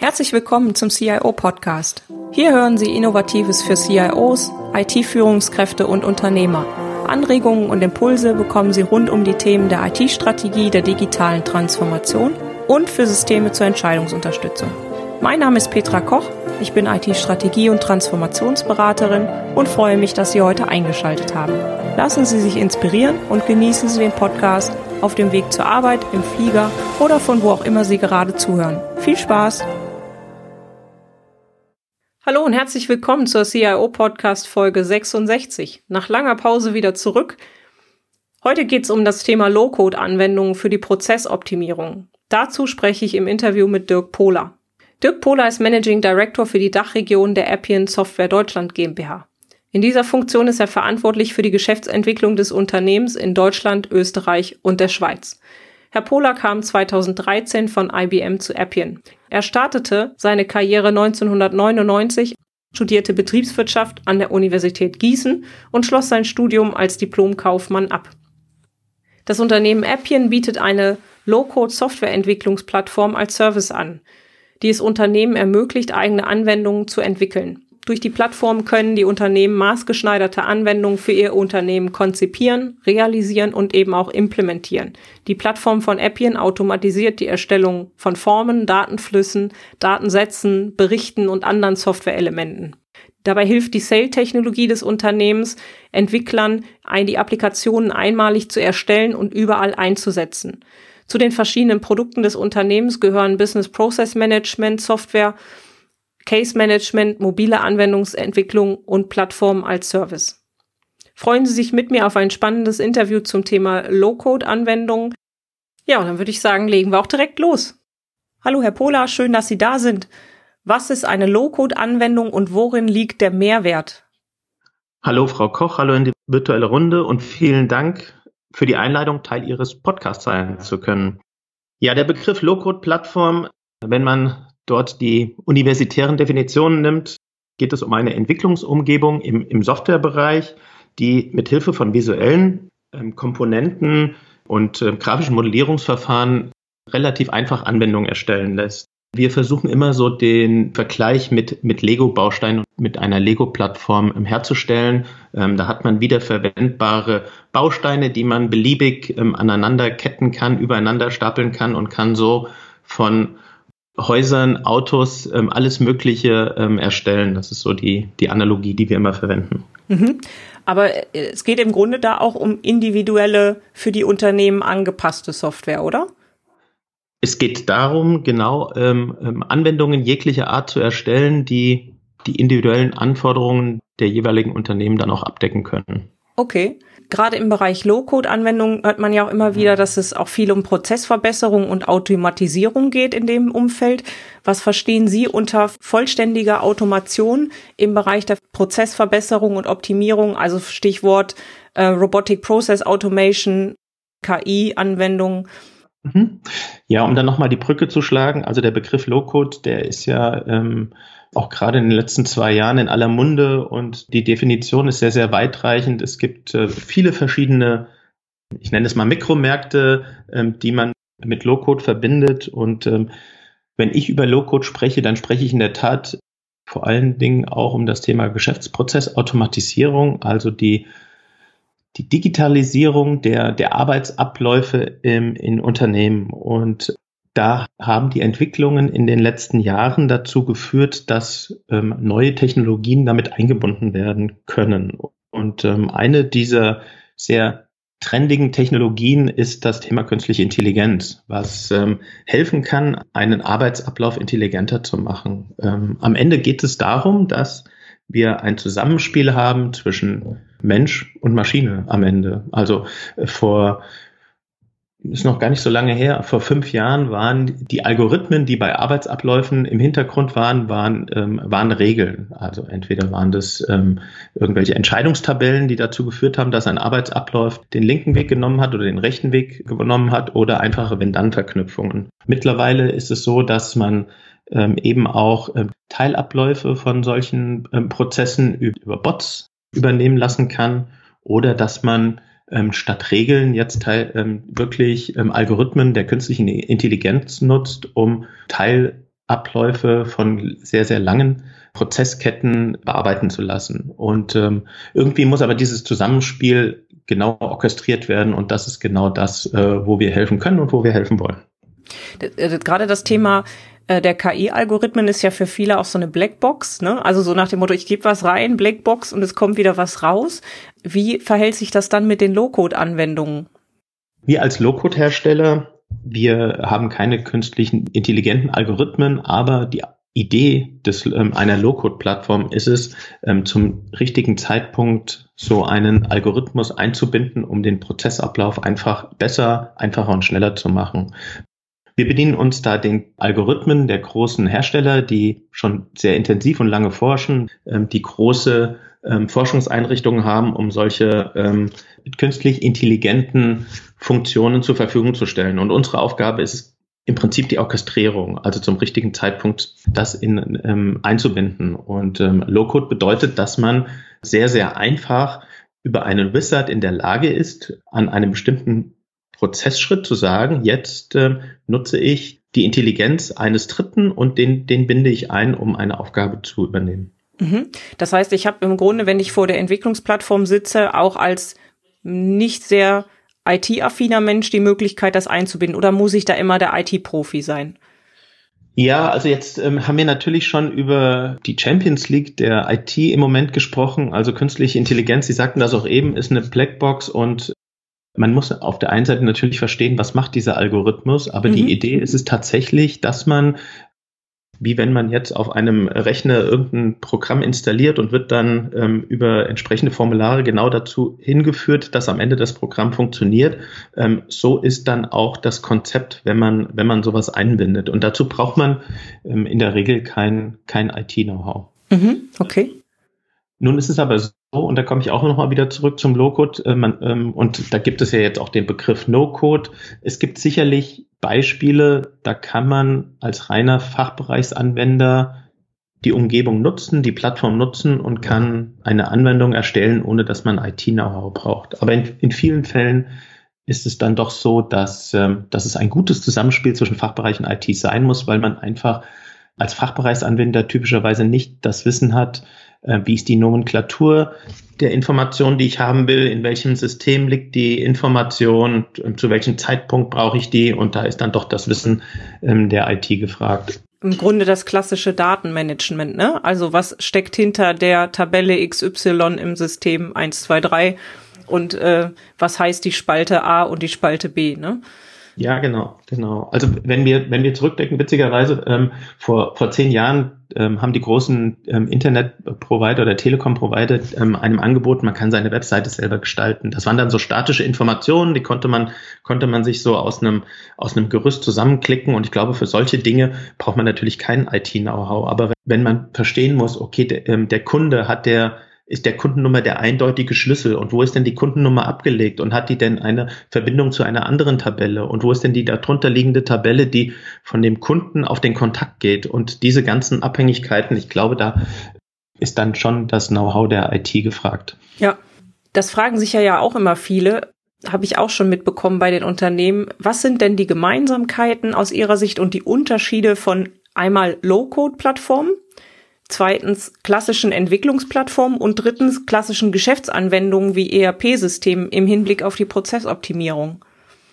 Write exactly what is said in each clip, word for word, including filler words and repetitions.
Herzlich willkommen zum C I O-Podcast. Hier hören Sie Innovatives für C I Os, I T-Führungskräfte und Unternehmer. Anregungen und Impulse bekommen Sie rund um die Themen der I T-Strategie, der digitalen Transformation und für Systeme zur Entscheidungsunterstützung. Mein Name ist Petra Koch, ich bin I T-Strategie- und Transformationsberaterin und freue mich, dass Sie heute eingeschaltet haben. Lassen Sie sich inspirieren und genießen Sie den Podcast auf dem Weg zur Arbeit, im Flieger oder von wo auch immer Sie gerade zuhören. Viel Spaß! Hallo und herzlich willkommen zur C I O-Podcast Folge sechsundsechzig. Nach langer Pause wieder zurück. Heute geht es um das Thema Low-Code-Anwendungen für die Prozessoptimierung. Dazu spreche ich im Interview mit Dirk Pohler. Dirk Pohler ist Managing Director für die Dachregion der Appian Software Deutschland GmbH. In dieser Funktion ist er verantwortlich für die Geschäftsentwicklung des Unternehmens in Deutschland, Österreich und der Schweiz. Herr Pohler kam zweitausenddreizehn von I B M zu Appian. Er startete seine Karriere neunzehnhundertneunundneunzig, studierte Betriebswirtschaft an der Universität Gießen und schloss sein Studium als Diplom-Kaufmann ab. Das Unternehmen Appian bietet eine Low-Code-Softwareentwicklungsplattform als Service an, die es Unternehmen ermöglicht, eigene Anwendungen zu entwickeln. Durch die Plattform können die Unternehmen maßgeschneiderte Anwendungen für ihr Unternehmen konzipieren, realisieren und eben auch implementieren. Die Plattform von Appian automatisiert die Erstellung von Formen, Datenflüssen, Datensätzen, Berichten und anderen Softwareelementen. Dabei hilft die S A I L-Technologie des Unternehmens Entwicklern, die Applikationen einmalig zu erstellen und überall einzusetzen. Zu den verschiedenen Produkten des Unternehmens gehören Business Process Management Software, Case Management, mobile Anwendungsentwicklung und Plattformen als Service. Freuen Sie sich mit mir auf ein spannendes Interview zum Thema Low-Code-Anwendungen. Ja, und dann würde ich sagen, legen wir auch direkt los. Hallo Herr Pohler, schön, dass Sie da sind. Was ist eine Low-Code-Anwendung und worin liegt der Mehrwert? Hallo Frau Koch, hallo in die virtuelle Runde und vielen Dank für die Einladung, Teil Ihres Podcasts sein zu können. Ja, der Begriff Low-Code-Plattform, wenn man dort die universitären Definitionen nimmt, geht es um eine Entwicklungsumgebung im, im Softwarebereich, die mit Hilfe von visuellen ähm, Komponenten und äh, grafischen Modellierungsverfahren relativ einfach Anwendungen erstellen lässt. Wir versuchen immer so den Vergleich mit, mit Lego-Bausteinen und mit einer Lego-Plattform ähm, herzustellen. Ähm, da hat man wiederverwendbare Bausteine, die man beliebig ähm, aneinander ketten kann, übereinander stapeln kann und kann so von Häusern, Autos, ähm, alles Mögliche ähm, erstellen. Das ist so die, die Analogie, die wir immer verwenden. Mhm. Aber es geht im Grunde da auch um individuelle, für die Unternehmen angepasste Software, oder? Es geht darum, genau ähm, ähm, Anwendungen jeglicher Art zu erstellen, die die individuellen Anforderungen der jeweiligen Unternehmen dann auch abdecken können. Okay. Gerade im Bereich Low-Code-Anwendungen hört man ja auch immer wieder, dass es auch viel um Prozessverbesserung und Automatisierung geht in dem Umfeld. Was verstehen Sie unter vollständiger Automation im Bereich der Prozessverbesserung und Optimierung? Also Stichwort äh, Robotic Process Automation, K I-Anwendungen. Ja, um dann nochmal die Brücke zu schlagen, also der Begriff Low-Code, der ist ja ähm, auch gerade in den letzten zwei Jahren in aller Munde und die Definition ist sehr, sehr weitreichend. Es gibt äh, viele verschiedene, ich nenne es mal Mikromärkte, ähm, die man mit Low-Code verbindet und ähm, wenn ich über Low-Code spreche, dann spreche ich in der Tat vor allen Dingen auch um das Thema Geschäftsprozessautomatisierung, also die die Digitalisierung der, der Arbeitsabläufe im, in Unternehmen. Und da haben die Entwicklungen in den letzten Jahren dazu geführt, dass ähm, neue Technologien damit eingebunden werden können. Und ähm, eine dieser sehr trendigen Technologien ist das Thema künstliche Intelligenz, was ähm, helfen kann, einen Arbeitsablauf intelligenter zu machen. Ähm, am Ende geht es darum, dass wir ein Zusammenspiel haben zwischen Mensch und Maschine am Ende. Also äh, vor, ist noch gar nicht so lange her, vor fünf Jahren waren die Algorithmen, die bei Arbeitsabläufen im Hintergrund waren, waren, ähm, waren Regeln. Also entweder waren das ähm, irgendwelche Entscheidungstabellen, die dazu geführt haben, dass ein Arbeitsablauf den linken Weg genommen hat oder den rechten Weg genommen hat oder einfache Wenn-Dann-Verknüpfungen. Mittlerweile ist es so, dass man ähm, eben auch ähm, Teilabläufe von solchen ähm, Prozessen über Bots übernehmen lassen kann oder dass man ähm, statt Regeln jetzt teil, ähm, wirklich ähm, Algorithmen der künstlichen Intelligenz nutzt, um Teil Abläufe von sehr, sehr langen Prozessketten bearbeiten zu lassen. Und ähm, irgendwie muss aber dieses Zusammenspiel genau orchestriert werden und das ist genau das, äh, wo wir helfen können und wo wir helfen wollen. Gerade das Thema äh, der K I-Algorithmen ist ja für viele auch so eine Blackbox, ne? Also so nach dem Motto, ich gebe was rein, Blackbox und es kommt wieder was raus. Wie verhält sich das dann mit den Low-Code-Anwendungen? Wir als Low-Code-Hersteller, wir haben keine künstlichen intelligenten Algorithmen, aber die Idee des, ähm, einer Low-Code-Plattform ist es, ähm, zum richtigen Zeitpunkt so einen Algorithmus einzubinden, um den Prozessablauf einfach besser, einfacher und schneller zu machen. Wir bedienen uns da den Algorithmen der großen Hersteller, die schon sehr intensiv und lange forschen, ähm, die große ähm, Forschungseinrichtungen haben, um solche ähm, künstlich intelligenten Funktionen zur Verfügung zu stellen. Und unsere Aufgabe ist es, im Prinzip die Orchestrierung, also zum richtigen Zeitpunkt das in, ähm, einzubinden. Und ähm, Low-Code bedeutet, dass man sehr, sehr einfach über einen Wizard in der Lage ist, an einem bestimmten Prozessschritt zu sagen, jetzt äh, nutze ich die Intelligenz eines Dritten und den, den binde ich ein, um eine Aufgabe zu übernehmen. Mhm. Das heißt, ich habe im Grunde, wenn ich vor der Entwicklungsplattform sitze, auch als nicht sehr I T-affiner Mensch die Möglichkeit, das einzubinden? Oder muss ich da immer der I T-Profi sein? Ja, also jetzt ähm, haben wir natürlich schon über die Champions League der I T im Moment gesprochen. Also künstliche Intelligenz, Sie sagten das auch eben, ist eine Blackbox und man muss auf der einen Seite natürlich verstehen, was macht dieser Algorithmus, aber mhm. die Idee ist es tatsächlich, dass man, wie wenn man jetzt auf einem Rechner irgendein Programm installiert und wird dann ähm, über entsprechende Formulare genau dazu hingeführt, dass am Ende das Programm funktioniert. Ähm, so ist dann auch das Konzept, wenn man wenn man sowas einbindet. Und dazu braucht man ähm, in der Regel kein kein I T-Know-how. Mhm, okay. Nun ist es aber so, und da komme ich auch nochmal wieder zurück zum Low-Code, äh, man, ähm, und da gibt es ja jetzt auch den Begriff No-Code. Es gibt sicherlich Beispiele, da kann man als reiner Fachbereichsanwender die Umgebung nutzen, die Plattform nutzen und kann eine Anwendung erstellen, ohne dass man I T-Know-how braucht. Aber in, in vielen Fällen ist es dann doch so, dass, ähm, dass es ein gutes Zusammenspiel zwischen Fachbereich und I T sein muss, weil man einfach als Fachbereichsanwender typischerweise nicht das Wissen hat, äh, wie ist die Nomenklatur der Information, die ich haben will, in welchem System liegt die Information, zu welchem Zeitpunkt brauche ich die, und da ist dann doch das Wissen ähm, der I T gefragt. Im Grunde das klassische Datenmanagement, ne? Also was steckt hinter der Tabelle X Y im System eins, zwei, drei und äh, was heißt die Spalte A und die Spalte B, ne? Ja, genau, genau. Also wenn wir wenn wir zurückdenken, witzigerweise ähm, vor vor zehn Jahren ähm, haben die großen ähm, Internetprovider oder Telekom-Provider ähm, einem angeboten, man kann seine Webseite selber gestalten. Das waren dann so statische Informationen, die konnte man konnte man sich so aus einem aus einem Gerüst zusammenklicken. Und ich glaube, für solche Dinge braucht man natürlich kein I T-Know-how. Aber wenn man verstehen muss, okay, der, ähm, der Kunde hat der ist der Kundennummer der eindeutige Schlüssel, und wo ist denn die Kundennummer abgelegt und hat die denn eine Verbindung zu einer anderen Tabelle, und wo ist denn die darunter liegende Tabelle, die von dem Kunden auf den Kontakt geht, und diese ganzen Abhängigkeiten, ich glaube, da ist dann schon das Know-how der I T gefragt. Ja, das fragen sich ja ja auch immer viele, habe ich auch schon mitbekommen bei den Unternehmen. Was sind denn die Gemeinsamkeiten aus Ihrer Sicht und die Unterschiede von einmal Low-Code-Plattformen, zweitens klassischen Entwicklungsplattformen und drittens klassischen Geschäftsanwendungen wie E R P-Systemen im Hinblick auf die Prozessoptimierung?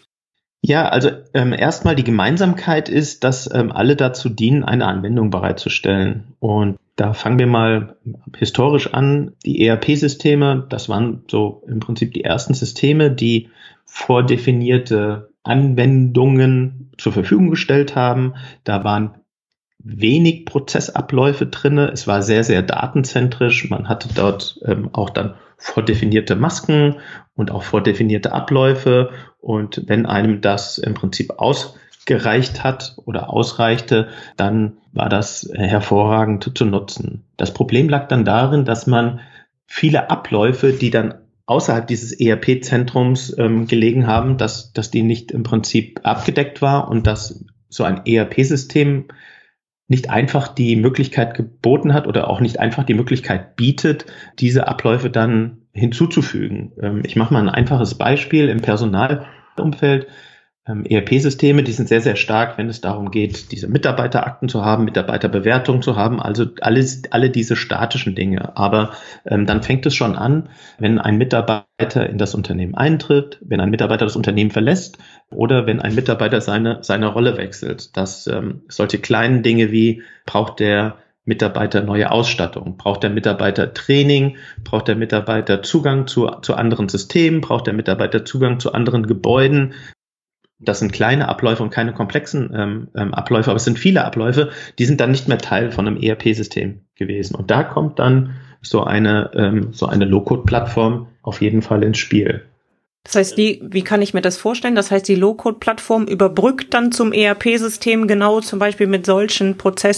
Ja, also ähm, erstmal die Gemeinsamkeit ist, dass ähm, alle dazu dienen, eine Anwendung bereitzustellen. Und da fangen wir mal historisch an. Die E R P-Systeme, das waren so im Prinzip die ersten Systeme, die vordefinierte Anwendungen zur Verfügung gestellt haben. Da waren wenig Prozessabläufe drinne. Es war sehr, sehr datenzentrisch. Man hatte dort ähm, auch dann vordefinierte Masken und auch vordefinierte Abläufe. Und wenn einem das im Prinzip ausgereicht hat oder ausreichte, dann war das hervorragend zu nutzen. Das Problem lag dann darin, dass man viele Abläufe, die dann außerhalb dieses E R P-Zentrums ähm, gelegen haben, dass, dass die nicht im Prinzip abgedeckt war und dass so ein E R P-System nicht einfach die Möglichkeit geboten hat oder auch nicht einfach die Möglichkeit bietet, diese Abläufe dann hinzuzufügen. Ich mache mal ein einfaches Beispiel im Personalumfeld. ähm, E R P-Systeme, die sind sehr, sehr stark, wenn es darum geht, diese Mitarbeiterakten zu haben, Mitarbeiterbewertungen zu haben, also alles, alle diese statischen Dinge. Aber ähm, dann fängt es schon an, wenn ein Mitarbeiter in das Unternehmen eintritt, wenn ein Mitarbeiter das Unternehmen verlässt oder wenn ein Mitarbeiter seine, seine Rolle wechselt. Dass ähm, solche kleinen Dinge wie, braucht der Mitarbeiter neue Ausstattung? Braucht der Mitarbeiter Training? Braucht der Mitarbeiter Zugang zu, zu anderen Systemen? Braucht der Mitarbeiter Zugang zu anderen Gebäuden? Das sind kleine Abläufe und keine komplexen ähm, ähm, Abläufe, aber es sind viele Abläufe, die sind dann nicht mehr Teil von einem E R P-System gewesen. Und da kommt dann so eine, ähm, so eine Low-Code-Plattform auf jeden Fall ins Spiel. Das heißt, die, wie kann ich mir das vorstellen? Das heißt, die Low-Code-Plattform überbrückt dann zum E R P-System genau zum Beispiel mit solchen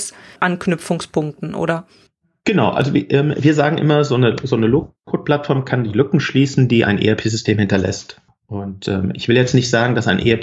Prozessanknüpfungspunkten, oder? Genau, also wir, ähm, wir sagen immer, so eine, so eine Low-Code-Plattform kann die Lücken schließen, die ein E R P-System hinterlässt. Und ähm, ich will jetzt nicht sagen, dass ein E R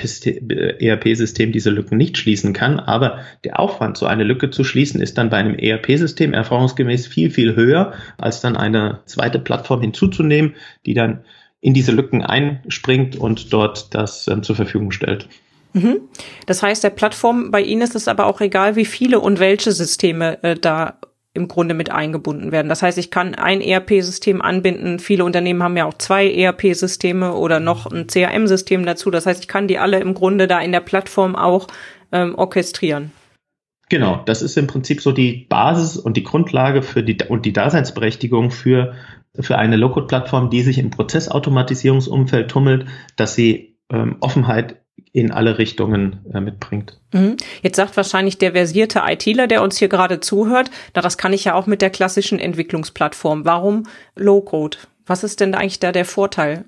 P-System diese Lücken nicht schließen kann, aber der Aufwand, so eine Lücke zu schließen, ist dann bei einem E R P-System erfahrungsgemäß viel, viel höher, als dann eine zweite Plattform hinzuzunehmen, die dann in diese Lücken einspringt und dort das ähm, zur Verfügung stellt. Mhm. Das heißt, der Plattform, bei Ihnen ist es aber auch egal, wie viele und welche Systeme äh, da im Grunde mit eingebunden werden. Das heißt, ich kann ein E R P-System anbinden. Viele Unternehmen haben ja auch zwei E R P-Systeme oder noch ein C R M-System dazu. Das heißt, ich kann die alle im Grunde da in der Plattform auch ähm, orchestrieren. Genau, das ist im Prinzip so die Basis und die Grundlage für die und die Daseinsberechtigung für für eine Low-Code-Plattform, die sich im Prozessautomatisierungsumfeld tummelt, dass sie ähm, Offenheit in alle Richtungen äh, mitbringt. Jetzt sagt wahrscheinlich der versierte ITler, der uns hier gerade zuhört, na, das kann ich ja auch mit der klassischen Entwicklungsplattform. Warum Low-Code? Was ist denn eigentlich da der Vorteil?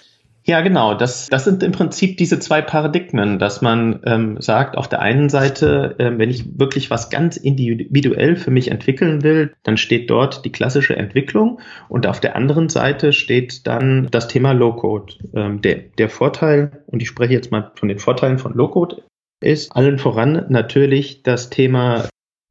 Ja, genau. Das, das sind im Prinzip diese zwei Paradigmen, dass man ähm, sagt, auf der einen Seite, ähm, wenn ich wirklich was ganz individuell für mich entwickeln will, dann steht dort die klassische Entwicklung und auf der anderen Seite steht dann das Thema Low-Code. Ähm, der, der Vorteil, und ich spreche jetzt mal von den Vorteilen von Low-Code, ist allen voran natürlich das Thema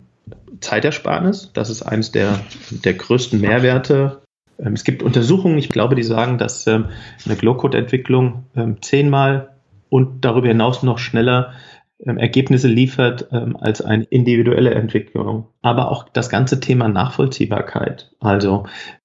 Zeitersparnis. Das ist eines der, der größten Mehrwerte. Es gibt Untersuchungen, ich glaube, die sagen, dass ähm, eine Low-Code-Entwicklung ähm, zehnmal und darüber hinaus noch schneller ähm, Ergebnisse liefert ähm, als eine individuelle Entwicklung. Aber auch das ganze Thema Nachvollziehbarkeit. Also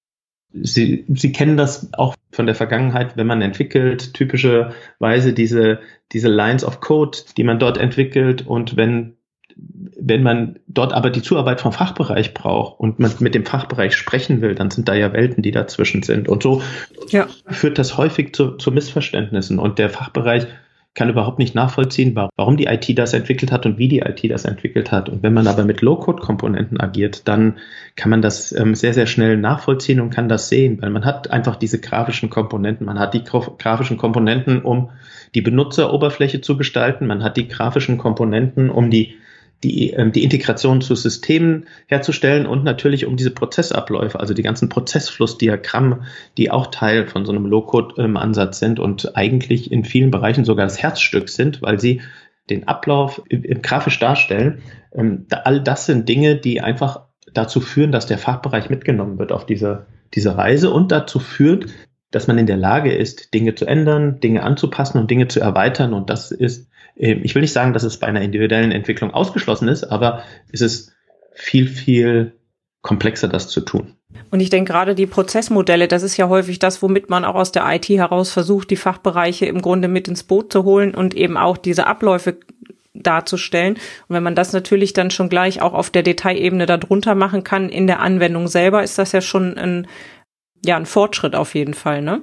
Sie, Sie kennen das auch von der Vergangenheit, wenn man entwickelt, typischerweise diese, diese Lines of Code, die man dort entwickelt, und wenn Wenn man dort aber die Zuarbeit vom Fachbereich braucht und man mit dem Fachbereich sprechen will, dann sind da ja Welten, die dazwischen sind. Und so ja. führt das häufig zu, zu Missverständnissen. Und der Fachbereich kann überhaupt nicht nachvollziehen, warum die I T das entwickelt hat und wie die I T das entwickelt hat. Und wenn man aber mit Low-Code-Komponenten agiert, dann kann man das ähm, sehr, sehr schnell nachvollziehen und kann das sehen, weil man hat einfach diese grafischen Komponenten. Man hat die grafischen Komponenten, um die Benutzeroberfläche zu gestalten. Man hat die grafischen Komponenten, um die Die, ähm, die Integration zu Systemen herzustellen und natürlich um diese Prozessabläufe, also die ganzen Prozessflussdiagramme, die auch Teil von so einem Low-Code-Ansatz sind und eigentlich in vielen Bereichen sogar das Herzstück sind, weil sie den Ablauf im, im grafisch darstellen. Ähm, da, all das sind Dinge, die einfach dazu führen, dass der Fachbereich mitgenommen wird auf diese, diese Reise und dazu führt, dass man in der Lage ist, Dinge zu ändern, Dinge anzupassen und Dinge zu erweitern. Und das ist, ich will nicht sagen, dass es bei einer individuellen Entwicklung ausgeschlossen ist, aber es ist viel, viel komplexer, das zu tun. Und ich denke gerade die Prozessmodelle, das ist ja häufig das, womit man auch aus der I T heraus versucht, die Fachbereiche im Grunde mit ins Boot zu holen und eben auch diese Abläufe darzustellen. Und wenn man das natürlich dann schon gleich auch auf der Detailebene darunter machen kann, in der Anwendung selber, ist das ja schon ein, ja, ein Fortschritt auf jeden Fall, ne?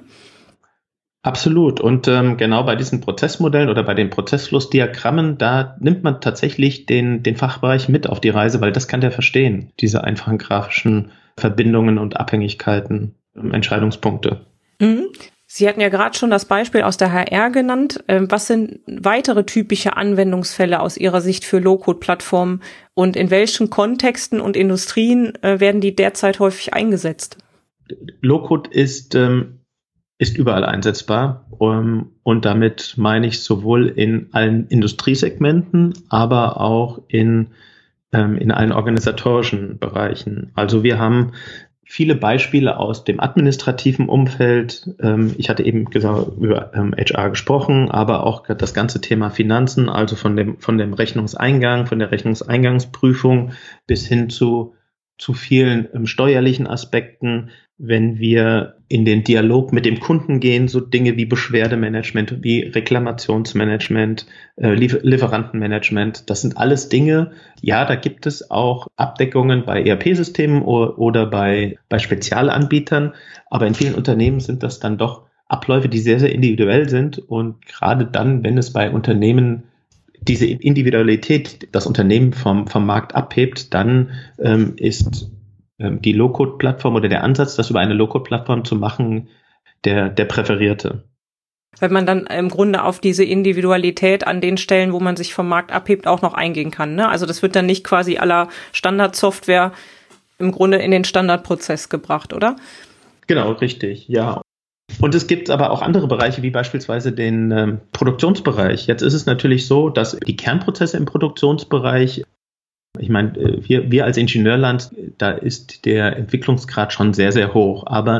Absolut. Und ähm, genau bei diesen Prozessmodellen oder bei den Prozessflussdiagrammen, da nimmt man tatsächlich den, den Fachbereich mit auf die Reise, weil das kann der verstehen, diese einfachen grafischen Verbindungen und Abhängigkeiten, ähm, Entscheidungspunkte. Mhm. Sie hatten ja gerade schon das Beispiel aus der H R genannt. Ähm, was sind weitere typische Anwendungsfälle aus Ihrer Sicht für Low-Code-Plattformen und in welchen Kontexten und Industrien äh, werden die derzeit häufig eingesetzt? Low-Code ist ähm, ist überall einsetzbar, um, und damit meine ich sowohl in allen Industriesegmenten, aber auch in, ähm, in allen organisatorischen Bereichen. Also wir haben viele Beispiele aus dem administrativen Umfeld. Ähm, ich hatte eben gesagt, über ähm, H R gesprochen, aber auch das ganze Thema Finanzen, also von dem, von dem Rechnungseingang, von der Rechnungseingangsprüfung bis hin zu, zu vielen ähm, steuerlichen Aspekten. Wenn wir in den Dialog mit dem Kunden gehen, so Dinge wie Beschwerdemanagement, wie Reklamationsmanagement, äh, Liefer- Lieferantenmanagement, das sind alles Dinge, ja, da gibt es auch Abdeckungen bei E R P-Systemen o- oder bei, bei Spezialanbietern, aber in vielen Unternehmen sind das dann doch Abläufe, die sehr, sehr individuell sind, und gerade dann, wenn es bei Unternehmen diese Individualität das Unternehmen vom, vom Markt abhebt, dann ähm, ist die Low-Code-Plattform oder der Ansatz, das über eine Low-Code-Plattform zu machen, der, der präferierte. Wenn man dann im Grunde auf diese Individualität an den Stellen, wo man sich vom Markt abhebt, auch noch eingehen kann, ne? Also das wird dann nicht quasi à la Standardsoftware im Grunde in den Standardprozess gebracht, oder? Genau, richtig, ja. Und es gibt aber auch andere Bereiche, wie beispielsweise den ähm, Produktionsbereich. Jetzt ist es natürlich so, dass die Kernprozesse im Produktionsbereich, ich meine, wir, wir als Ingenieurland, da ist der Entwicklungsgrad schon sehr, sehr hoch. Aber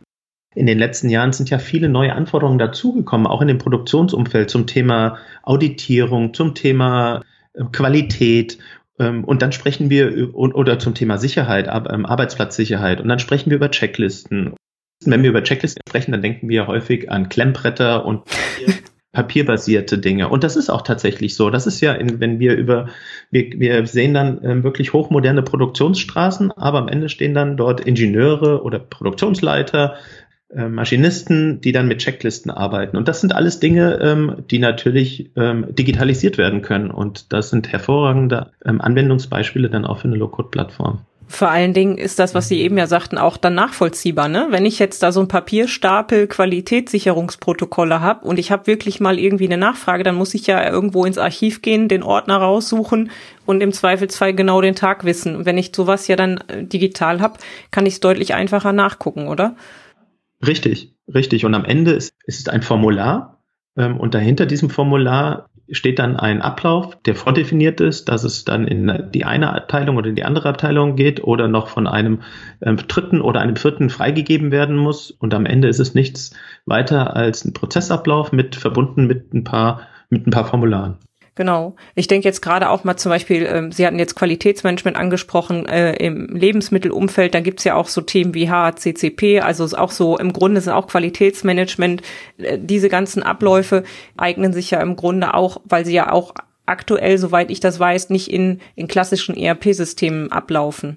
in den letzten Jahren sind ja viele neue Anforderungen dazugekommen, auch in dem Produktionsumfeld zum Thema Auditierung, zum Thema Qualität. Und dann sprechen wir, oder zum Thema Sicherheit, Arbeitsplatzsicherheit. Und dann sprechen wir über Checklisten. Wenn wir über Checklisten sprechen, dann denken wir häufig an Klemmbretter und papierbasierte Dinge. Und das ist auch tatsächlich so. Das ist ja, in, wenn wir über, wir, wir sehen dann ähm, wirklich hochmoderne Produktionsstraßen, aber am Ende stehen dann dort Ingenieure oder Produktionsleiter, äh, Maschinisten, die dann mit Checklisten arbeiten. Und das sind alles Dinge, ähm, die natürlich ähm, digitalisiert werden können. Und das sind hervorragende ähm, Anwendungsbeispiele dann auch für eine Low-Code-Plattform. Vor allen Dingen ist das, was Sie eben ja sagten, auch dann nachvollziehbar, ne? Wenn ich jetzt da so ein Papierstapel Qualitätssicherungsprotokolle habe und ich habe wirklich mal irgendwie eine Nachfrage, dann muss ich ja irgendwo ins Archiv gehen, den Ordner raussuchen und im Zweifelsfall genau den Tag wissen. Und wenn ich sowas ja dann digital habe, kann ich es deutlich einfacher nachgucken, oder? Richtig, richtig. Und am Ende ist, ist es ein Formular ähm, und dahinter diesem Formular steht dann ein Ablauf, der vordefiniert ist, dass es dann in die eine Abteilung oder in die andere Abteilung geht oder noch von einem ähm, dritten oder einem vierten freigegeben werden muss. Und am Ende ist es nichts weiter als ein Prozessablauf mit verbunden mit ein paar mit ein paar Formularen. Genau. Ich denke jetzt gerade auch mal zum Beispiel, ähm, Sie hatten jetzt Qualitätsmanagement angesprochen, äh, im Lebensmittelumfeld, da gibt's ja auch so Themen wie H A C C P, also ist auch so, im Grunde sind auch Qualitätsmanagement, äh, diese ganzen Abläufe eignen sich ja im Grunde auch, weil sie ja auch aktuell, soweit ich das weiß, nicht in, in klassischen E R P-Systemen ablaufen.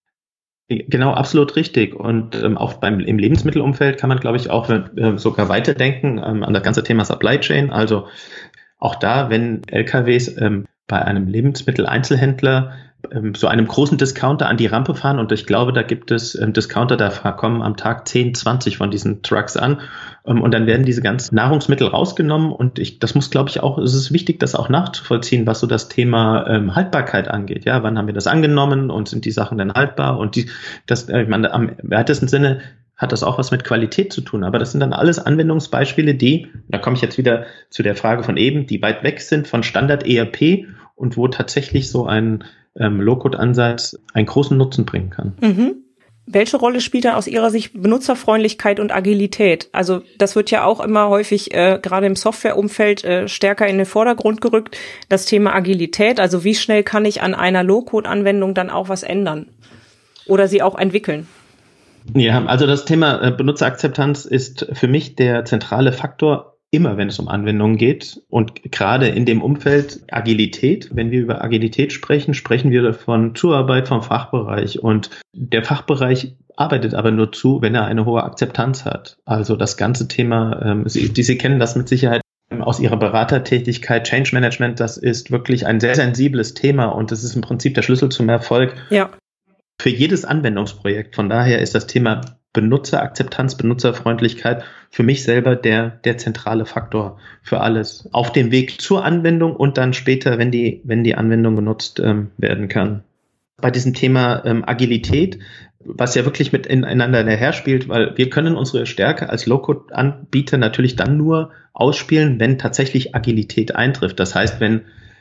Genau, absolut richtig. Und ähm, auch beim im Lebensmittelumfeld kann man, glaube ich, auch äh, sogar weiterdenken ähm, an das ganze Thema Supply Chain. Also auch da, wenn L K Ws ähm, bei einem Lebensmitteleinzelhändler ähm, so einem großen Discounter an die Rampe fahren, und ich glaube, da gibt es ähm, Discounter, da kommen am Tag zehn, zwanzig von diesen Trucks an, ähm, und dann werden diese ganzen Nahrungsmittel rausgenommen, und ich, das muss, glaube ich, auch, es ist wichtig, das auch nachzuvollziehen, was so das Thema ähm, Haltbarkeit angeht. Ja, wann haben wir das angenommen und sind die Sachen denn haltbar? Und die, das, äh, ich meine, am weitesten Sinne hat das auch was mit Qualität zu tun. Aber das sind dann alles Anwendungsbeispiele, die, da komme ich jetzt wieder zu der Frage von eben, die weit weg sind von Standard-E R P und wo tatsächlich so ein ähm, Low-Code-Ansatz einen großen Nutzen bringen kann. Mhm. Welche Rolle spielt dann aus Ihrer Sicht Benutzerfreundlichkeit und Agilität? Also das wird ja auch immer häufig, äh, gerade im Softwareumfeld, äh, stärker in den Vordergrund gerückt, das Thema Agilität. Also wie schnell kann ich an einer Low-Code-Anwendung dann auch was ändern oder sie auch entwickeln? Ja, also das Thema äh, Benutzerakzeptanz ist für mich der zentrale Faktor, immer wenn es um Anwendungen geht, und gerade in dem Umfeld Agilität. Wenn wir über Agilität sprechen, sprechen wir von Zuarbeit vom Fachbereich, und der Fachbereich arbeitet aber nur zu, wenn er eine hohe Akzeptanz hat. Also das ganze Thema, ähm, Sie, die, Sie kennen das mit Sicherheit aus Ihrer Beratertätigkeit, Change Management, das ist wirklich ein sehr sensibles Thema, und das ist im Prinzip der Schlüssel zum Erfolg. Ja. Für jedes Anwendungsprojekt. Von daher ist das Thema Benutzerakzeptanz, Benutzerfreundlichkeit für mich selber der, der zentrale Faktor für alles. Auf dem Weg zur Anwendung und dann später, wenn die, wenn die Anwendung genutzt ähm, werden kann. Bei diesem Thema ähm, Agilität, was ja wirklich miteinander herspielt, weil wir können unsere Stärke als Low-Code-Anbieter natürlich dann nur ausspielen, wenn tatsächlich Agilität eintrifft. Das heißt, wenn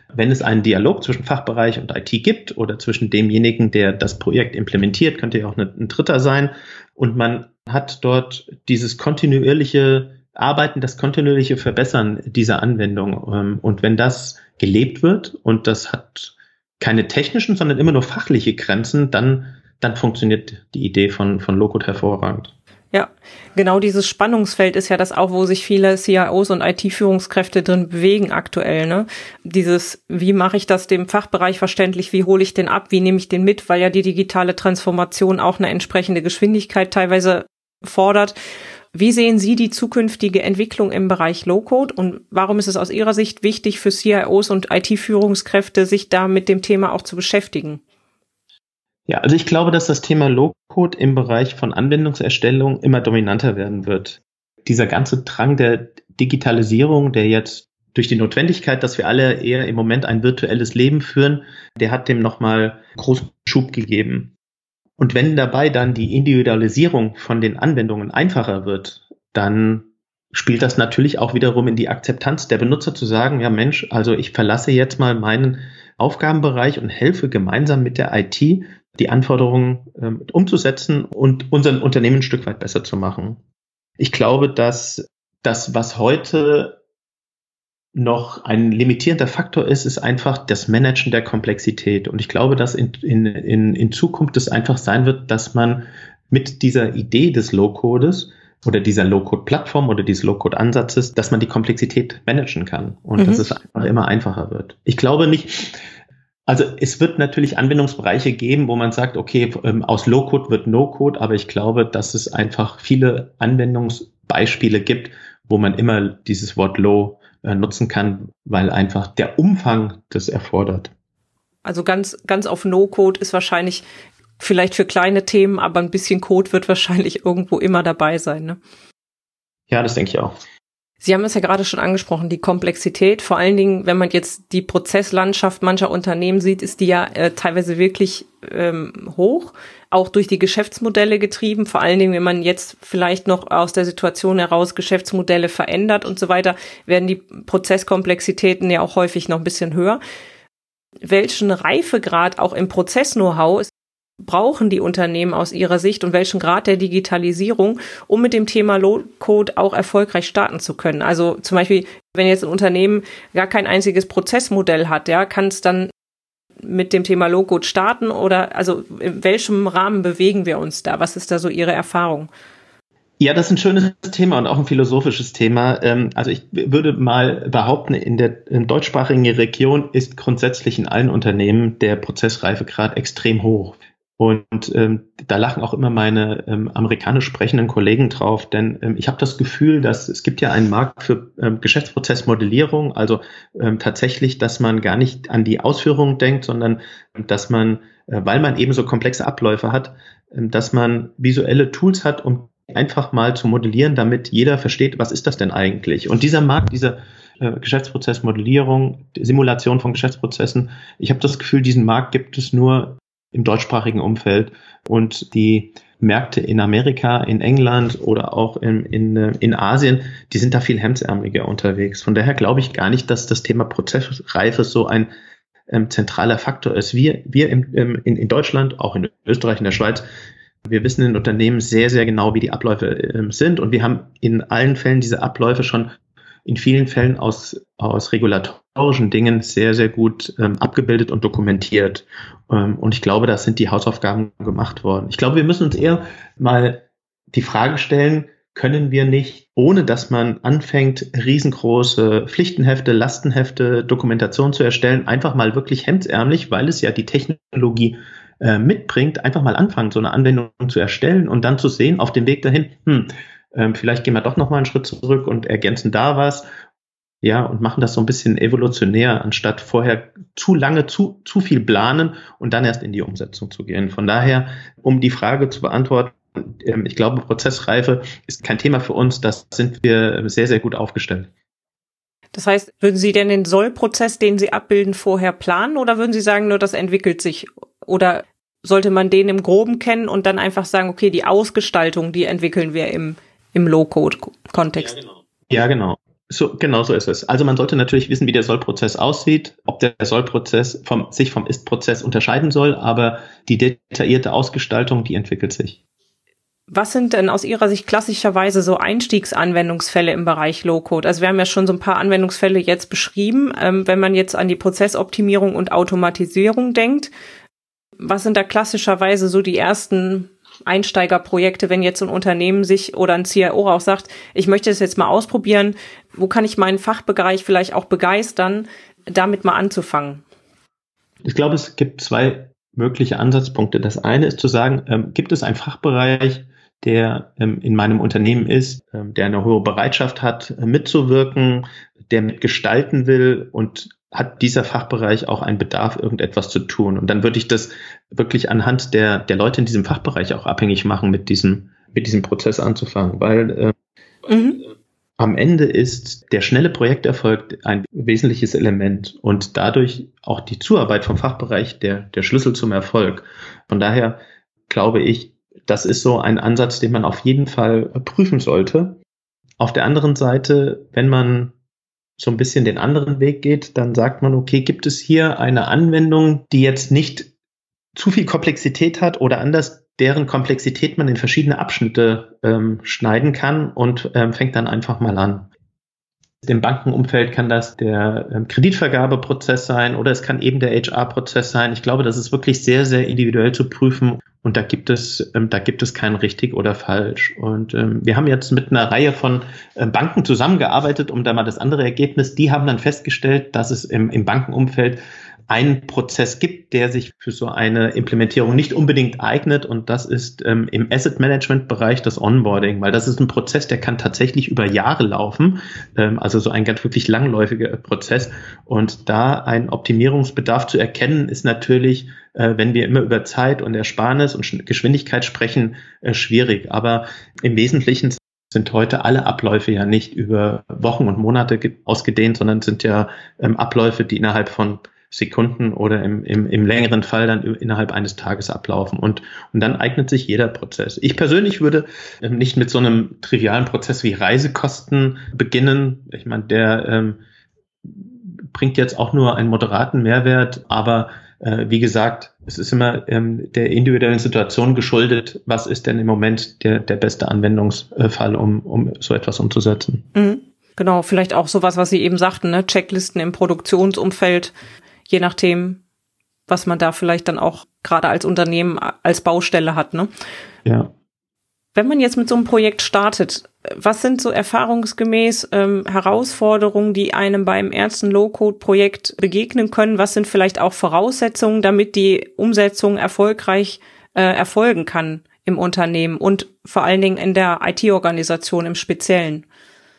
wenn es einen Dialog zwischen Fachbereich und I T gibt oder zwischen demjenigen, der das Projekt implementiert, könnte ja auch ein Dritter sein, und man hat dort dieses kontinuierliche Arbeiten, das kontinuierliche Verbessern dieser Anwendung. Und wenn das gelebt wird und das hat keine technischen, sondern immer nur fachliche Grenzen, dann, dann funktioniert die Idee von, von Low-Code hervorragend. Ja, genau dieses Spannungsfeld ist ja das auch, wo sich viele C I Os und I T-Führungskräfte drin bewegen aktuell, ne? Dieses, wie mache ich das dem Fachbereich verständlich, wie hole ich den ab, wie nehme ich den mit, weil ja die digitale Transformation auch eine entsprechende Geschwindigkeit teilweise fordert. Wie sehen Sie die zukünftige Entwicklung im Bereich Low-Code und warum ist es aus Ihrer Sicht wichtig für C I Os und I T-Führungskräfte, sich da mit dem Thema auch zu beschäftigen? Ja, also ich glaube, dass das Thema Low-Code im Bereich von Anwendungserstellung immer dominanter werden wird. Dieser ganze Drang der Digitalisierung, der jetzt durch die Notwendigkeit, dass wir alle eher im Moment ein virtuelles Leben führen, der hat dem nochmal großen Schub gegeben. Und wenn dabei dann die Individualisierung von den Anwendungen einfacher wird, dann spielt das natürlich auch wiederum in die Akzeptanz der Benutzer zu sagen, ja Mensch, also ich verlasse jetzt mal meinen Aufgabenbereich und helfe gemeinsam mit der I T, die Anforderungen ähm, umzusetzen und unser Unternehmen ein Stück weit besser zu machen. Ich glaube, dass das, was heute noch ein limitierender Faktor ist, ist einfach das Managen der Komplexität. Und ich glaube, dass in, in, in, in Zukunft es einfach sein wird, dass man mit dieser Idee des Low-Codes oder dieser Low-Code-Plattform oder dieses Low-Code-Ansatzes, dass man die Komplexität managen kann und mhm. dass es einfach immer einfacher wird. Ich glaube nicht, also es wird natürlich Anwendungsbereiche geben, wo man sagt, okay, aus Low-Code wird No-Code, aber ich glaube, dass es einfach viele Anwendungsbeispiele gibt, wo man immer dieses Wort Low äh, nutzen kann, weil einfach der Umfang das erfordert. Also ganz, ganz auf No-Code ist wahrscheinlich vielleicht für kleine Themen, aber ein bisschen Code wird wahrscheinlich irgendwo immer dabei sein, ne? Ja, das denke ich auch. Sie haben es ja gerade schon angesprochen, die Komplexität. Vor allen Dingen, wenn man jetzt die Prozesslandschaft mancher Unternehmen sieht, ist die ja äh, teilweise wirklich ähm, hoch, auch durch die Geschäftsmodelle getrieben. Vor allen Dingen, wenn man jetzt vielleicht noch aus der Situation heraus Geschäftsmodelle verändert und so weiter, werden die Prozesskomplexitäten ja auch häufig noch ein bisschen höher. Welchen Reifegrad auch im Prozess-Know-how brauchen die Unternehmen aus ihrer Sicht und welchen Grad der Digitalisierung, um mit dem Thema Low-Code auch erfolgreich starten zu können? Also zum Beispiel, wenn jetzt ein Unternehmen gar kein einziges Prozessmodell hat, ja, kann es dann mit dem Thema Low-Code starten oder also in welchem Rahmen bewegen wir uns da? Was ist da so Ihre Erfahrung? Ja, das ist ein schönes Thema und auch ein philosophisches Thema. Also ich würde mal behaupten, in der in deutschsprachigen Region ist grundsätzlich in allen Unternehmen der Prozessreifegrad extrem hoch. Und ähm, da lachen auch immer meine ähm, amerikanisch sprechenden Kollegen drauf, denn ähm, ich habe das Gefühl, dass es gibt ja einen Markt für ähm, Geschäftsprozessmodellierung, also ähm, tatsächlich, dass man gar nicht an die Ausführung denkt, sondern ähm, dass man, äh, weil man eben so komplexe Abläufe hat, ähm, dass man visuelle Tools hat, um einfach mal zu modellieren, damit jeder versteht, was ist das denn eigentlich? Und dieser Markt, diese äh, Geschäftsprozessmodellierung, Simulation von Geschäftsprozessen, ich habe das Gefühl, diesen Markt gibt es nur im deutschsprachigen Umfeld und die Märkte in Amerika, in England oder auch in, in, in Asien, die sind da viel hemdsärmeliger unterwegs. Von daher glaube ich gar nicht, dass das Thema Prozessreife so ein ähm, zentraler Faktor ist. Wir, wir im, im, in, in Deutschland, auch in Österreich, in der Schweiz, wir wissen in Unternehmen sehr, sehr genau, wie die Abläufe ähm, sind und wir haben in allen Fällen diese Abläufe schon in vielen Fällen aus, aus regulatorischen Dingen sehr, sehr gut ähm, abgebildet und dokumentiert. Ähm, und ich glaube, da sind die Hausaufgaben gemacht worden. Ich glaube, wir müssen uns eher mal die Frage stellen, können wir nicht, ohne dass man anfängt, riesengroße Pflichtenhefte, Lastenhefte, Dokumentation zu erstellen, einfach mal wirklich hemdsärmlich, weil es ja die Technologie äh, mitbringt, einfach mal anfangen, so eine Anwendung zu erstellen und dann zu sehen, auf dem Weg dahin, hm, ähm, vielleicht gehen wir doch noch mal einen Schritt zurück und ergänzen da was, ja, und machen das so ein bisschen evolutionär, anstatt vorher zu lange, zu, zu viel planen und dann erst in die Umsetzung zu gehen. Von daher, um die Frage zu beantworten, ähm, ich glaube, Prozessreife ist kein Thema für uns, das sind wir sehr, sehr gut aufgestellt. Das heißt, würden Sie denn den Soll-Prozess, den Sie abbilden, vorher planen oder würden Sie sagen, nur das entwickelt sich? Oder sollte man den im Groben kennen und dann einfach sagen, okay, die Ausgestaltung, die entwickeln wir im, im Low-Code-Kontext? Ja, genau. Ja, genau. So, genau so ist es. Also man sollte natürlich wissen, wie der Sollprozess aussieht, ob der Sollprozess vom, sich vom Ist-Prozess unterscheiden soll, aber die detaillierte Ausgestaltung, die entwickelt sich. Was sind denn aus Ihrer Sicht klassischerweise so Einstiegsanwendungsfälle im Bereich Low-Code? Also wir haben ja schon so ein paar Anwendungsfälle jetzt beschrieben. Ähm, wenn man jetzt an die Prozessoptimierung und Automatisierung denkt, was sind da klassischerweise so die ersten Einsteigerprojekte, wenn jetzt ein Unternehmen sich oder ein C I O auch sagt, ich möchte das jetzt mal ausprobieren, wo kann ich meinen Fachbereich vielleicht auch begeistern, damit mal anzufangen? Ich glaube, es gibt zwei mögliche Ansatzpunkte. Das eine ist zu sagen, ähm, gibt es einen Fachbereich, der ähm, in meinem Unternehmen ist, ähm, der eine hohe Bereitschaft hat, äh, mitzuwirken, der mitgestalten will und hat dieser Fachbereich auch einen Bedarf, irgendetwas zu tun. Und dann würde ich das wirklich anhand der, der Leute in diesem Fachbereich auch abhängig machen, mit diesem, mit diesem Prozess anzufangen, weil äh, mhm. am Ende ist der schnelle Projekterfolg ein wesentliches Element und dadurch auch die Zuarbeit vom Fachbereich der, der Schlüssel zum Erfolg. Von daher glaube ich, das ist so ein Ansatz, den man auf jeden Fall prüfen sollte. Auf der anderen Seite, wenn man so ein bisschen den anderen Weg geht, dann sagt man, okay, gibt es hier eine Anwendung, die jetzt nicht zu viel Komplexität hat oder anders, deren Komplexität man in verschiedene Abschnitte ähm, schneiden kann und ähm, fängt dann einfach mal an. Im Bankenumfeld kann das der ähm, Kreditvergabeprozess sein oder es kann eben der H R-Prozess sein. Ich glaube, das ist wirklich sehr, sehr individuell zu prüfen und da gibt es, ähm, da gibt es kein richtig oder falsch. Und ähm, wir haben jetzt mit einer Reihe von äh, Banken zusammengearbeitet, um da mal das andere Ergebnis. Die haben dann festgestellt, dass es im, im Bankenumfeld einen Prozess gibt, der sich für so eine Implementierung nicht unbedingt eignet und das ist ähm, im Asset-Management-Bereich das Onboarding, weil das ist ein Prozess, der kann tatsächlich über Jahre laufen, ähm, also so ein ganz wirklich langläufiger Prozess und da ein Optimierungsbedarf zu erkennen, ist natürlich, äh, wenn wir immer über Zeit und Ersparnis und Geschwindigkeit sprechen, äh, schwierig, aber im Wesentlichen sind heute alle Abläufe ja nicht über Wochen und Monate ausgedehnt, sondern sind ja ähm, Abläufe, die innerhalb von Sekunden oder im, im, im längeren Fall dann innerhalb eines Tages ablaufen. Und, und dann eignet sich jeder Prozess. Ich persönlich würde ähm, nicht mit so einem trivialen Prozess wie Reisekosten beginnen. Ich meine, der ähm, bringt jetzt auch nur einen moderaten Mehrwert, aber äh, wie gesagt, es ist immer ähm, der individuellen Situation geschuldet. Was ist denn im Moment der, der beste Anwendungsfall, um, um so etwas umzusetzen? Mhm. Genau, vielleicht auch sowas, was Sie eben sagten, ne? Checklisten im Produktionsumfeld. Je nachdem, was man da vielleicht dann auch gerade als Unternehmen als Baustelle hat, ne? Ja. Wenn man jetzt mit so einem Projekt startet, was sind so erfahrungsgemäß ähm, Herausforderungen, die einem beim ersten Low-Code-Projekt begegnen können? Was sind vielleicht auch Voraussetzungen, damit die Umsetzung erfolgreich äh, erfolgen kann im Unternehmen und vor allen Dingen in der I T-Organisation im Speziellen?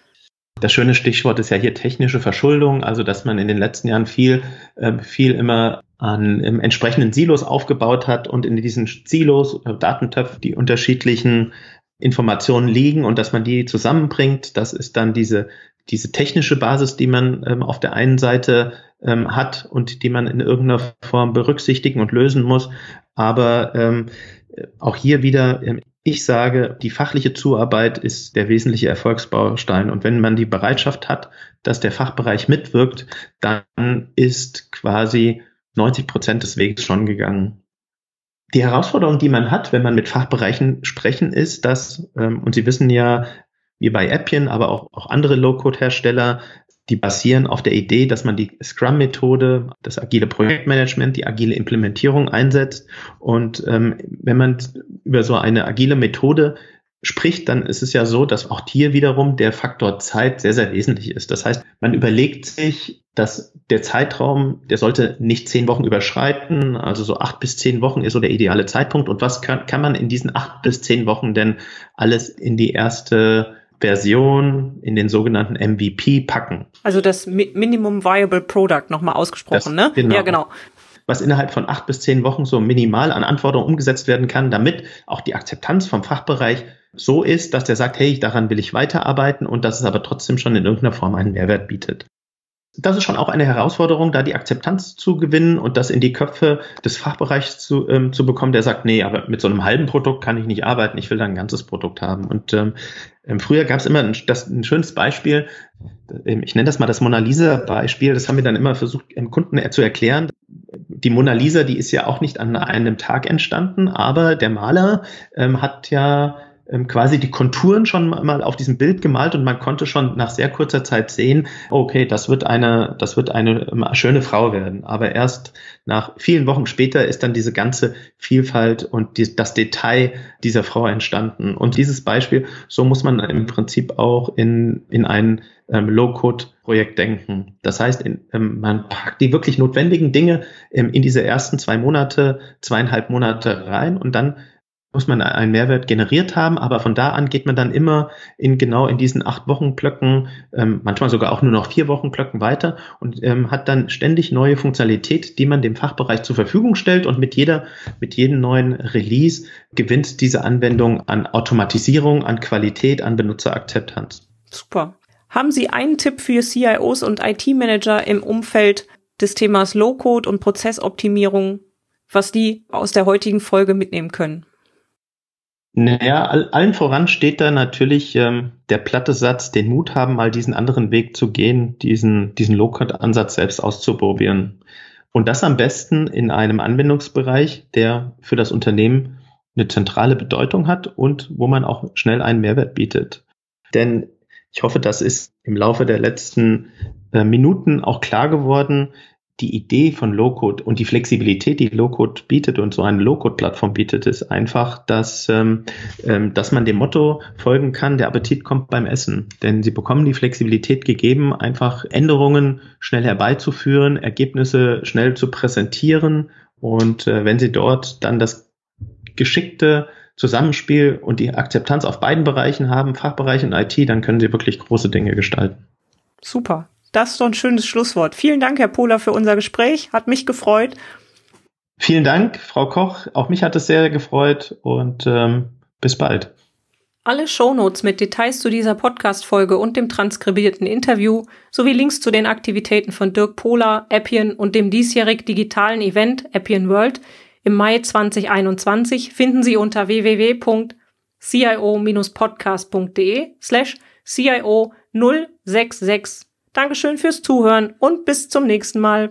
Das schöne Stichwort ist ja hier technische Verschuldung, also dass man in den letzten Jahren viel, äh, viel immer an ähm, entsprechenden Silos aufgebaut hat und in diesen Silos, äh, Datentöpfen, die unterschiedlichen Informationen liegen und dass man die zusammenbringt. Das ist dann diese, diese technische Basis, die man ähm, auf der einen Seite ähm, hat und die man in irgendeiner Form berücksichtigen und lösen muss. Aber ähm, auch hier wieder, ähm, ich sage, die fachliche Zuarbeit ist der wesentliche Erfolgsbaustein. Und wenn man die Bereitschaft hat, dass der Fachbereich mitwirkt, dann ist quasi neunzig Prozent des Weges schon gegangen. Die Herausforderung, die man hat, wenn man mit Fachbereichen sprechen, ist, dass, ähm, und Sie wissen ja, wie bei Appian, aber auch, auch andere Low-Code-Hersteller, die basieren auf der Idee, dass man die Scrum-Methode, das agile Projektmanagement, die agile Implementierung einsetzt. Und ähm, wenn man über so eine agile Methode spricht, dann ist es ja so, dass auch hier wiederum der Faktor Zeit sehr, sehr wesentlich ist. Das heißt, man überlegt sich, dass der Zeitraum, der sollte nicht zehn Wochen überschreiten, also so acht bis zehn Wochen ist so der ideale Zeitpunkt. Und was kann, kann man in diesen acht bis zehn Wochen denn alles in die erste Version, in den sogenannten M V P packen? Also das Minimum Viable Product nochmal ausgesprochen, das, ne? Genau. Ja, genau. Was innerhalb von acht bis zehn Wochen so minimal an Anforderungen umgesetzt werden kann, damit auch die Akzeptanz vom Fachbereich so ist, dass der sagt, hey, daran will ich weiterarbeiten und dass es aber trotzdem schon in irgendeiner Form einen Mehrwert bietet. Das ist schon auch eine Herausforderung, da die Akzeptanz zu gewinnen und das in die Köpfe des Fachbereichs zu, ähm, zu bekommen, der sagt, nee, aber mit so einem halben Produkt kann ich nicht arbeiten, ich will da ein ganzes Produkt haben. Und ähm, früher gab es immer ein, das, ein schönes Beispiel, ich nenne das mal das Mona Lisa-Beispiel, das haben wir dann immer versucht, dem Kunden zu erklären. Die Mona Lisa, die ist ja auch nicht an einem Tag entstanden, aber der Maler ähm, hat ja quasi die Konturen schon mal auf diesem Bild gemalt und man konnte schon nach sehr kurzer Zeit sehen, okay, das wird eine, das wird eine schöne Frau werden. Aber erst nach vielen Wochen später ist dann diese ganze Vielfalt und die, das Detail dieser Frau entstanden. Und dieses Beispiel, so muss man im Prinzip auch in, in ein ähm, Low-Code-Projekt denken. Das heißt, in, ähm, man packt die wirklich notwendigen Dinge ähm, in diese ersten zwei Monate, zweieinhalb Monate rein und dann muss man einen Mehrwert generiert haben, aber von da an geht man dann immer in genau in diesen acht Wochen Blöcken, ähm, manchmal sogar auch nur noch vier Wochen Blöcken weiter und ähm, hat dann ständig neue Funktionalität, die man dem Fachbereich zur Verfügung stellt und mit jeder, mit jedem neuen Release gewinnt diese Anwendung an Automatisierung, an Qualität, an Benutzerakzeptanz. Super. Haben Sie einen Tipp für C I Os und I T-Manager im Umfeld des Themas Low-Code und Prozessoptimierung, was die aus der heutigen Folge mitnehmen können? Naja, all, allen voran steht da natürlich ähm, der platte Satz, den Mut haben, mal diesen anderen Weg zu gehen, diesen, diesen Low-Code-Ansatz selbst auszuprobieren. Und das am besten in einem Anwendungsbereich, der für das Unternehmen eine zentrale Bedeutung hat und wo man auch schnell einen Mehrwert bietet. Denn ich hoffe, das ist im Laufe der letzten äh, Minuten auch klar geworden, die Idee von Low-Code und die Flexibilität, die Low-Code bietet und so eine Low-Code-Plattform bietet, ist einfach, dass, ähm, dass man dem Motto folgen kann, der Appetit kommt beim Essen. Denn sie bekommen die Flexibilität gegeben, einfach Änderungen schnell herbeizuführen, Ergebnisse schnell zu präsentieren und äh, wenn sie dort dann das geschickte Zusammenspiel und die Akzeptanz auf beiden Bereichen haben, Fachbereich und I T, dann können sie wirklich große Dinge gestalten. Super. Das ist doch ein schönes Schlusswort. Vielen Dank, Herr Pohler, für unser Gespräch. Hat mich gefreut. Vielen Dank, Frau Koch. Auch mich hat es sehr gefreut und ähm, bis bald. Alle Shownotes mit Details zu dieser Podcast-Folge und dem transkribierten Interview sowie Links zu den Aktivitäten von Dirk Pohler, Appian und dem diesjährig digitalen Event Appian World im Mai zwanzig einundzwanzig finden Sie unter w w w punkt c i o dash podcast punkt d e slash c i o null sechs sechs. Dankeschön fürs Zuhören und bis zum nächsten Mal.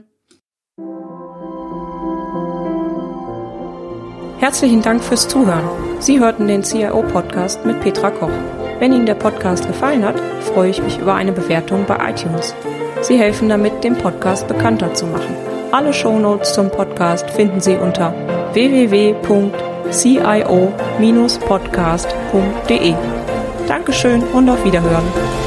Herzlichen Dank fürs Zuhören. Sie hörten den C I O-Podcast mit Petra Koch. Wenn Ihnen der Podcast gefallen hat, freue ich mich über eine Bewertung bei iTunes. Sie helfen damit, den Podcast bekannter zu machen. Alle Shownotes zum Podcast finden Sie unter w w w punkt c i o dash podcast punkt d e. Dankeschön und auf Wiederhören.